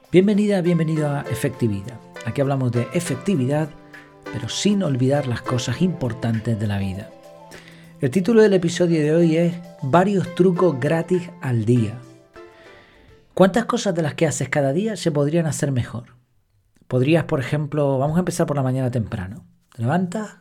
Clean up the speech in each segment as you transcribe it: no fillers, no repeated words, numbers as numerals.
Bienvenido a Efectividad. Aquí hablamos de efectividad, pero sin olvidar las cosas importantes de la vida. El título del episodio de hoy es Varios trucos gratis al día. ¿Cuántas cosas de las que haces cada día se podrían hacer mejor? Podrías, por ejemplo, vamos a empezar por la mañana temprano. Te levantas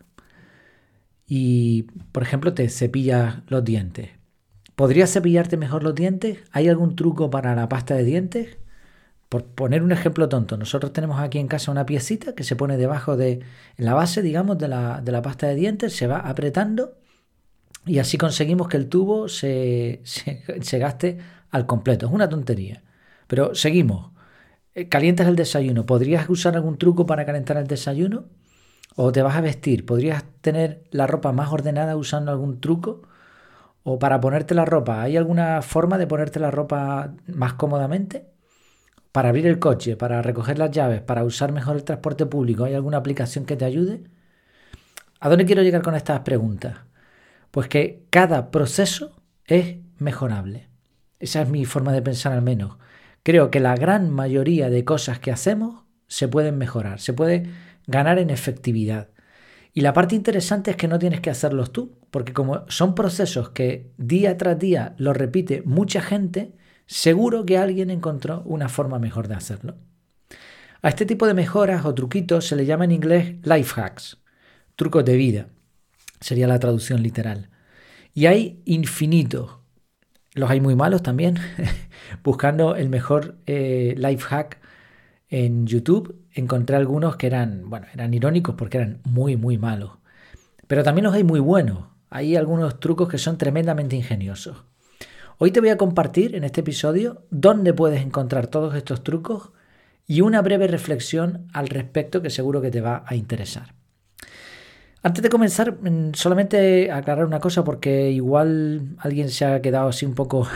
y, por ejemplo, te cepillas los dientes. ¿Podrías cepillarte mejor los dientes? ¿Hay algún truco para la pasta de dientes? Por poner un ejemplo tonto, nosotros tenemos aquí en casa una piecita que se pone debajo en la base, digamos, de la pasta de dientes, se va apretando y así conseguimos que el tubo se gaste al completo. Es una tontería, pero seguimos. Calientas el desayuno. ¿Podrías usar algún truco para calentar el desayuno? ¿O te vas a vestir? ¿Podrías tener la ropa más ordenada usando algún truco? ¿O para ponerte la ropa? ¿Hay alguna forma de ponerte la ropa más cómodamente? Para abrir el coche, para recoger las llaves, para usar mejor el transporte público, ¿hay alguna aplicación que te ayude? ¿A dónde quiero llegar con estas preguntas? Pues que cada proceso es mejorable. Esa es mi forma de pensar al menos. Creo que la gran mayoría de cosas que hacemos se pueden mejorar, se puede ganar en efectividad. Y la parte interesante es que no tienes que hacerlos tú, porque como son procesos que día tras día los repite mucha gente, seguro que alguien encontró una forma mejor de hacerlo. A este tipo de mejoras o truquitos se le llama en inglés life hacks, trucos de vida, sería la traducción literal. Y hay infinitos, los hay muy malos también. Buscando el mejor life hack en YouTube encontré algunos que eran irónicos porque eran muy malos. Pero también los hay muy buenos, hay algunos trucos que son tremendamente ingeniosos. Hoy te voy a compartir en este episodio dónde puedes encontrar todos estos trucos y una breve reflexión al respecto que seguro que te va a interesar. Antes de comenzar, solamente aclarar una cosa porque igual alguien se ha quedado así un poco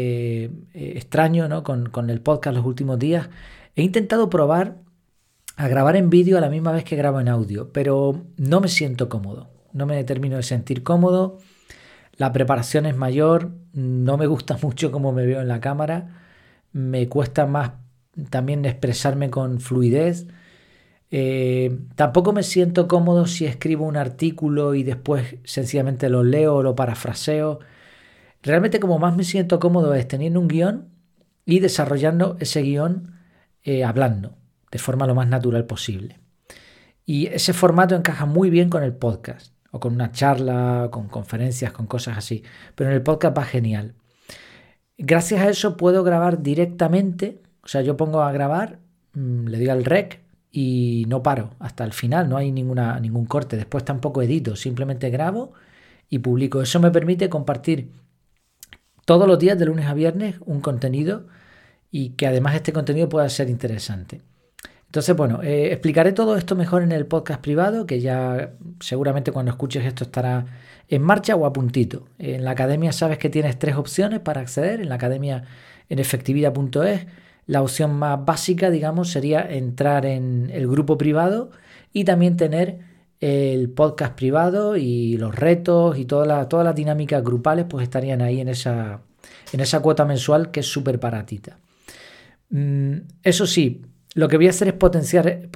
extraño, ¿no? con el podcast los últimos días. He intentado probar a grabar en vídeo a la misma vez que grabo en audio, pero no me siento cómodo, no me termino de sentir cómodo. La preparación es mayor, no me gusta mucho cómo me veo en la cámara, me cuesta más también expresarme con fluidez. Tampoco me siento cómodo si escribo un artículo y después sencillamente lo leo o lo parafraseo. Realmente como más me siento cómodo es teniendo un guión y desarrollando ese guión hablando de forma lo más natural posible. Y ese formato encaja muy bien con el podcast. O con una charla, con conferencias, con cosas así. Pero en el podcast va genial. Gracias a eso puedo grabar directamente. O sea, yo pongo a grabar, le doy al rec y no paro hasta el final. No hay ningún corte. Después tampoco edito. Simplemente grabo y publico. Eso me permite compartir todos los días de lunes a viernes un contenido y que además este contenido pueda ser interesante. Entonces, explicaré todo esto mejor en el podcast privado, que ya seguramente cuando escuches esto estará en marcha o a puntito. En la academia sabes que tienes 3 opciones para acceder. En la academia en efectividad.es, la opción más básica, digamos, sería entrar en el grupo privado y también tener el podcast privado y los retos y todas las dinámicas grupales pues estarían ahí en esa cuota mensual que es súper baratita. Eso sí, lo que voy a hacer es potenciar,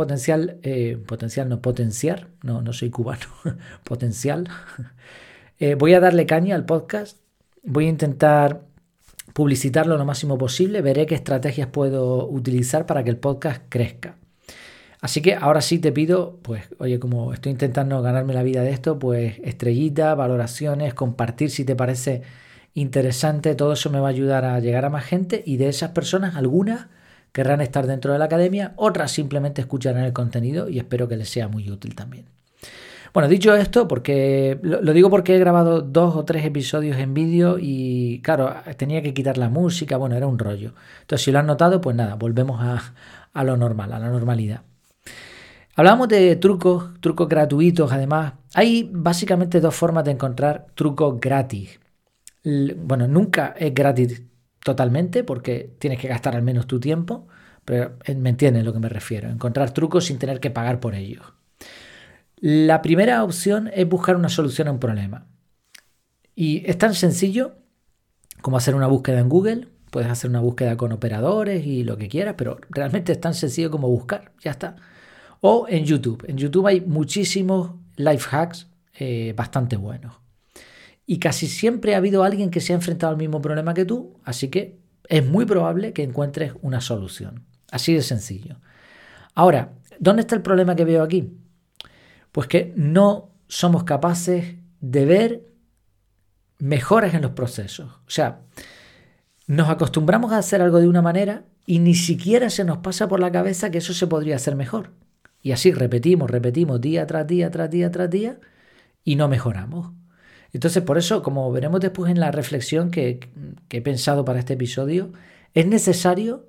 no soy cubano, potencial. Voy a darle caña al podcast, voy a intentar publicitarlo lo máximo posible, veré qué estrategias puedo utilizar para que el podcast crezca. Así que ahora sí te pido, pues, oye, como estoy intentando ganarme la vida de esto, pues estrellita, valoraciones, compartir si te parece interesante, todo eso me va a ayudar a llegar a más gente y de esas personas, algunas querrán estar dentro de la academia, otras simplemente escucharán el contenido y espero que les sea muy útil también. Bueno, dicho esto, porque lo digo porque he grabado 2 o 3 episodios en vídeo y claro, tenía que quitar la música, era un rollo. Entonces, si lo han notado, pues nada, volvemos a lo normal, a la normalidad. Hablamos de trucos gratuitos, además. Hay básicamente 2 formas de encontrar trucos gratis. Nunca es gratis totalmente porque tienes que gastar al menos tu tiempo, pero me entiendes a lo que me refiero, encontrar trucos sin tener que pagar por ellos. La primera opción es buscar una solución a un problema y es tan sencillo como hacer una búsqueda en Google, puedes hacer una búsqueda con operadores y lo que quieras, pero realmente es tan sencillo como buscar, ya está. O en YouTube. En YouTube hay muchísimos life hacks bastante buenos. Y casi siempre ha habido alguien que se ha enfrentado al mismo problema que tú, así que es muy probable que encuentres una solución. Así de sencillo. Ahora, ¿dónde está el problema que veo aquí? Pues que no somos capaces de ver mejoras en los procesos. O sea, nos acostumbramos a hacer algo de una manera y ni siquiera se nos pasa por la cabeza que eso se podría hacer mejor. Y así repetimos día tras día, tras día, tras día y no mejoramos. Entonces, por eso, como veremos después en la reflexión que he pensado para este episodio, es necesario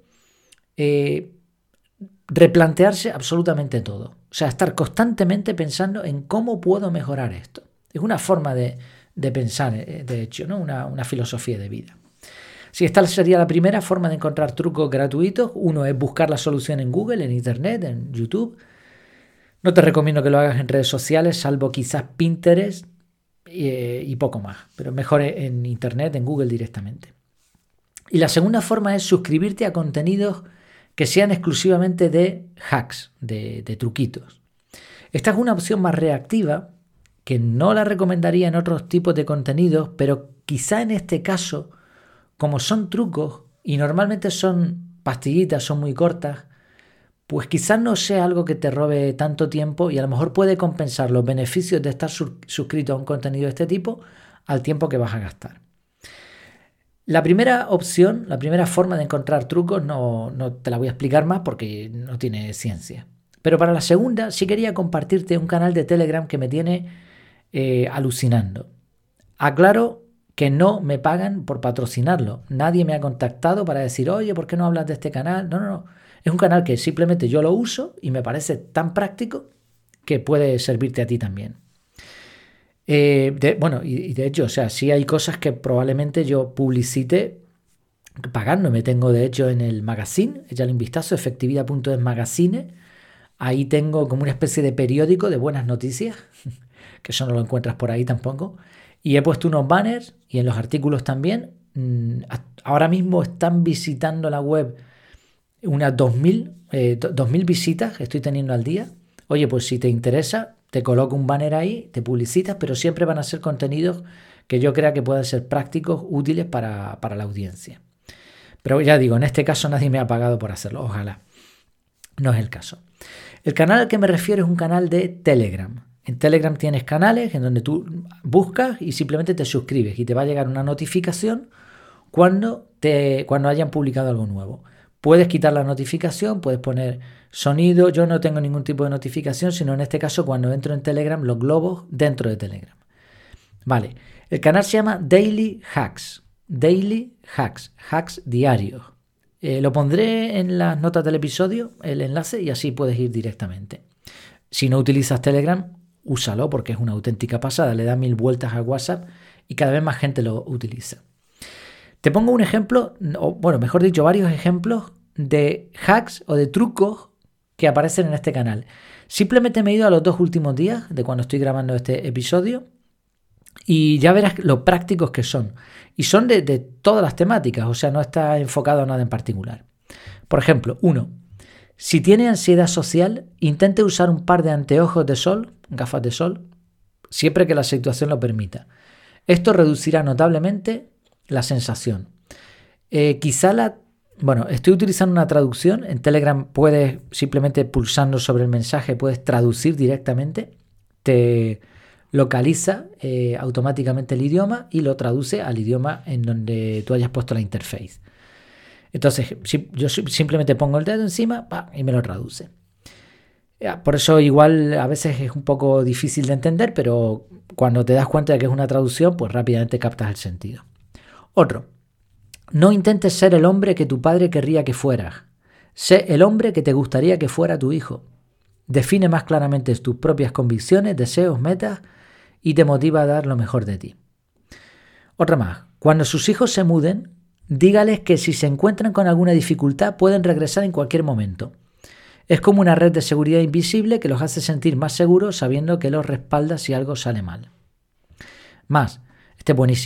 replantearse absolutamente todo. O sea, estar constantemente pensando en cómo puedo mejorar esto. Es una forma de pensar, de hecho, ¿no? Una filosofía de vida. Si esta sería la primera forma de encontrar trucos gratuitos. Uno es buscar la solución en Google, en Internet, en YouTube. No te recomiendo que lo hagas en redes sociales, salvo quizás Pinterest y poco más. Pero mejor en Internet, en Google directamente. Y la segunda forma es suscribirte a contenidos que sean exclusivamente de hacks, de truquitos. Esta es una opción más reactiva que no la recomendaría en otros tipos de contenidos, pero quizá en este caso, como son trucos y normalmente son pastillitas, son muy cortas, pues quizás no sea algo que te robe tanto tiempo y a lo mejor puede compensar los beneficios de estar suscrito a un contenido de este tipo al tiempo que vas a gastar. La primera opción, la primera forma de encontrar trucos no te la voy a explicar más porque no tiene ciencia. Pero para la segunda sí quería compartirte un canal de Telegram que me tiene alucinando. Aclaro que no me pagan por patrocinarlo. Nadie me ha contactado para decir, oye, ¿por qué no hablas de este canal? No. Es un canal que simplemente yo lo uso y me parece tan práctico que puede servirte a ti también. De hecho, o sea, sí hay cosas que probablemente yo publicite pagándome. Tengo, de hecho, en el magazine, échale un vistazo, efectividad.es magazine. Ahí tengo como una especie de periódico de buenas noticias, que eso no lo encuentras por ahí tampoco. Y he puesto unos banners y en los artículos también. Ahora mismo están visitando la web unas 2.000 visitas que estoy teniendo al día. Oye, pues si te interesa, te coloco un banner ahí, te publicitas, pero siempre van a ser contenidos que yo crea que puedan ser prácticos, útiles para la audiencia. Pero ya digo, en este caso nadie me ha pagado por hacerlo, ojalá. No es el caso. El canal al que me refiero es un canal de Telegram. En Telegram tienes canales en donde tú buscas y simplemente te suscribes y te va a llegar una notificación cuando hayan publicado algo nuevo. Puedes quitar la notificación, puedes poner sonido. Yo no tengo ningún tipo de notificación, sino en este caso cuando entro en Telegram, los globos dentro de Telegram. Vale, el canal se llama Daily Hacks. Daily Hacks, hacks diarios. Lo pondré en las notas del episodio, el enlace, y así puedes ir directamente. Si no utilizas Telegram, úsalo porque es una auténtica pasada. Le da 1000 vueltas a WhatsApp y cada vez más gente lo utiliza. Te pongo un ejemplo, o bueno, mejor dicho, varios ejemplos de hacks o de trucos que aparecen en este canal. Simplemente me he ido a los 2 últimos días de cuando estoy grabando este episodio y ya verás lo prácticos que son. Y son de todas las temáticas, o sea, no está enfocado a nada en particular. Por ejemplo, 1. Si tiene ansiedad social, intente usar un par de anteojos de sol, gafas de sol, siempre que la situación lo permita. Esto reducirá notablemente la sensación. Estoy utilizando una traducción. En Telegram puedes, simplemente pulsando sobre el mensaje, puedes traducir directamente. Te localiza automáticamente el idioma y lo traduce al idioma en donde tú hayas puesto la interface. Entonces, yo simplemente pongo el dedo encima y me lo traduce. Por eso igual a veces es un poco difícil de entender, pero cuando te das cuenta de que es una traducción, pues rápidamente captas el sentido. Otro. No intentes ser el hombre que tu padre querría que fueras. Sé el hombre que te gustaría que fuera tu hijo. Define más claramente tus propias convicciones, deseos, metas y te motiva a dar lo mejor de ti. Otra más. Cuando sus hijos se muden, dígales que si se encuentran con alguna dificultad pueden regresar en cualquier momento. Es como una red de seguridad invisible que los hace sentir más seguros sabiendo que los respalda si algo sale mal. Más, este es buenísimo.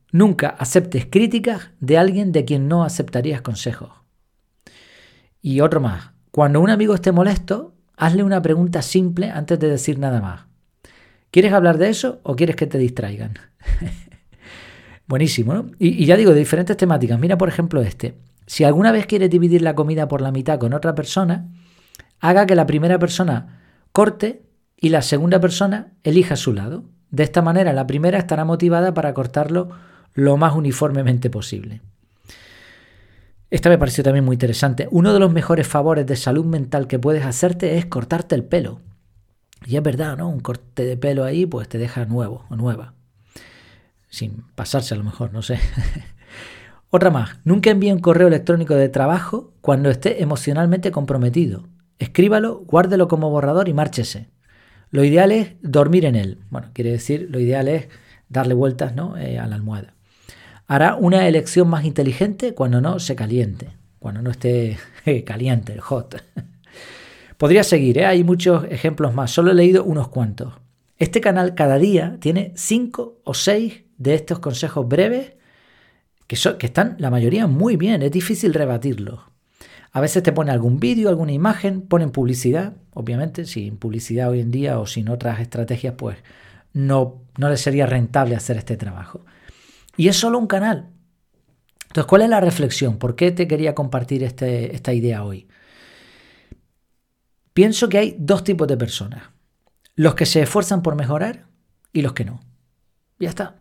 Nunca aceptes críticas de alguien de quien no aceptarías consejos. Y otro más. Cuando un amigo esté molesto, hazle una pregunta simple antes de decir nada más. ¿Quieres hablar de eso o quieres que te distraigan? Buenísimo, ¿no? Y ya digo, de diferentes temáticas. Mira, por ejemplo, este. Si alguna vez quieres dividir la comida por la mitad con otra persona, haga que la primera persona corte y la segunda persona elija su lado. De esta manera, la primera estará motivada para cortarlo lo más uniformemente posible. Esta me pareció también muy interesante. Uno de los mejores favores de salud mental que puedes hacerte es cortarte el pelo. Y es verdad, ¿no? Un corte de pelo ahí pues te deja nuevo o nueva. Sin pasarse a lo mejor, no sé. Otra más. Nunca envíe un correo electrónico de trabajo cuando esté emocionalmente comprometido. Escríbalo, guárdelo como borrador y márchese. Lo ideal es dormir en él. Bueno, quiere decir, lo ideal es darle vueltas, ¿no? A la almohada. Hará una elección más inteligente cuando no se caliente. Cuando no esté caliente, hot. Podría seguir, hay muchos ejemplos más. Solo he leído unos cuantos. Este canal cada día tiene 5 o 6 de estos consejos breves que están la mayoría muy bien. Es difícil rebatirlos. A veces te pone algún vídeo, alguna imagen, ponen publicidad. Obviamente, sin publicidad hoy en día o sin otras estrategias, pues no les sería rentable hacer este trabajo. Y es solo un canal. Entonces, ¿cuál es la reflexión? ¿Por qué te quería compartir esta idea hoy? Pienso que hay dos tipos de personas. Los que se esfuerzan por mejorar y los que no. Ya está.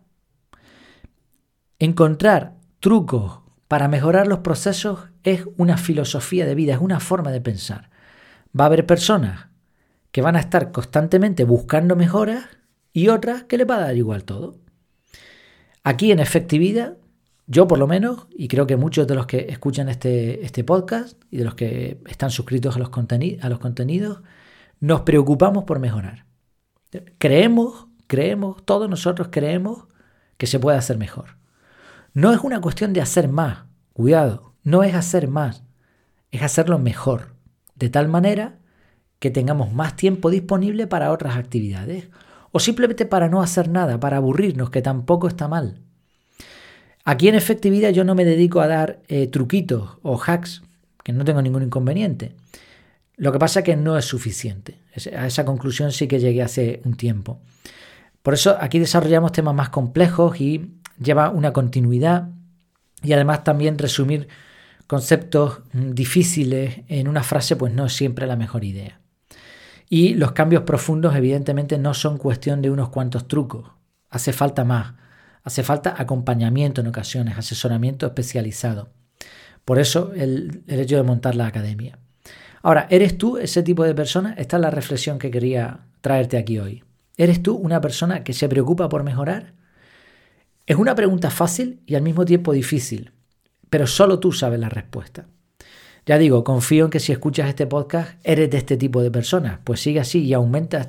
Encontrar trucos para mejorar los procesos es una filosofía de vida, es una forma de pensar. Va a haber personas que van a estar constantemente buscando mejoras y otras que les va a dar igual todo. Aquí en Efectividad, yo por lo menos, y creo que muchos de los que escuchan este podcast y de los que están suscritos a los contenidos, nos preocupamos por mejorar. Creemos, todos nosotros creemos que se puede hacer mejor. No es una cuestión de hacer más, cuidado, no es hacer más, es hacerlo mejor, de tal manera que tengamos más tiempo disponible para otras actividades o simplemente para no hacer nada, para aburrirnos, que tampoco está mal. Aquí en Efectividad yo no me dedico a dar truquitos o hacks, que no tengo ningún inconveniente. Lo que pasa es que no es suficiente. A esa conclusión sí que llegué hace un tiempo. Por eso aquí desarrollamos temas más complejos y lleva una continuidad y además también resumir conceptos difíciles en una frase pues no es siempre la mejor idea. Y los cambios profundos evidentemente no son cuestión de unos cuantos trucos. Hace falta más. Hace falta acompañamiento en ocasiones, asesoramiento especializado. Por eso el hecho de montar la academia. Ahora, ¿eres tú ese tipo de persona? Esta es la reflexión que quería traerte aquí hoy. ¿Eres tú una persona que se preocupa por mejorar? Es una pregunta fácil y al mismo tiempo difícil, pero solo tú sabes la respuesta. Ya digo, confío en que si escuchas este podcast eres de este tipo de personas, pues sigue así y aumenta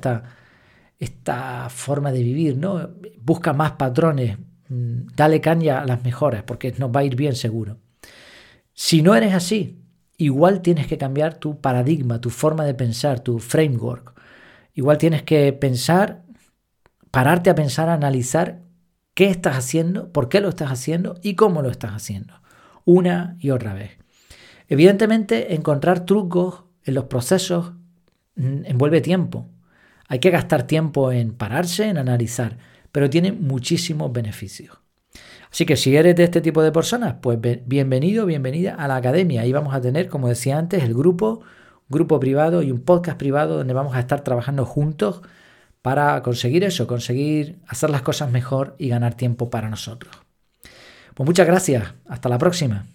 esta forma de vivir, ¿no? Busca más patrones, dale caña a las mejoras, porque nos va a ir bien seguro. Si no eres así, igual tienes que cambiar tu paradigma, tu forma de pensar, tu framework. Igual tienes que pensar, pararte a pensar, a analizar qué estás haciendo, por qué lo estás haciendo y cómo lo estás haciendo, una y otra vez. Evidentemente, encontrar trucos en los procesos envuelve tiempo. Hay que gastar tiempo en pararse, en analizar, pero tiene muchísimos beneficios. Así que si eres de este tipo de personas, pues bienvenido, bienvenida a la academia. Ahí vamos a tener, como decía antes, el grupo privado y un podcast privado donde vamos a estar trabajando juntos para conseguir eso, conseguir hacer las cosas mejor y ganar tiempo para nosotros. Pues muchas gracias. Hasta la próxima.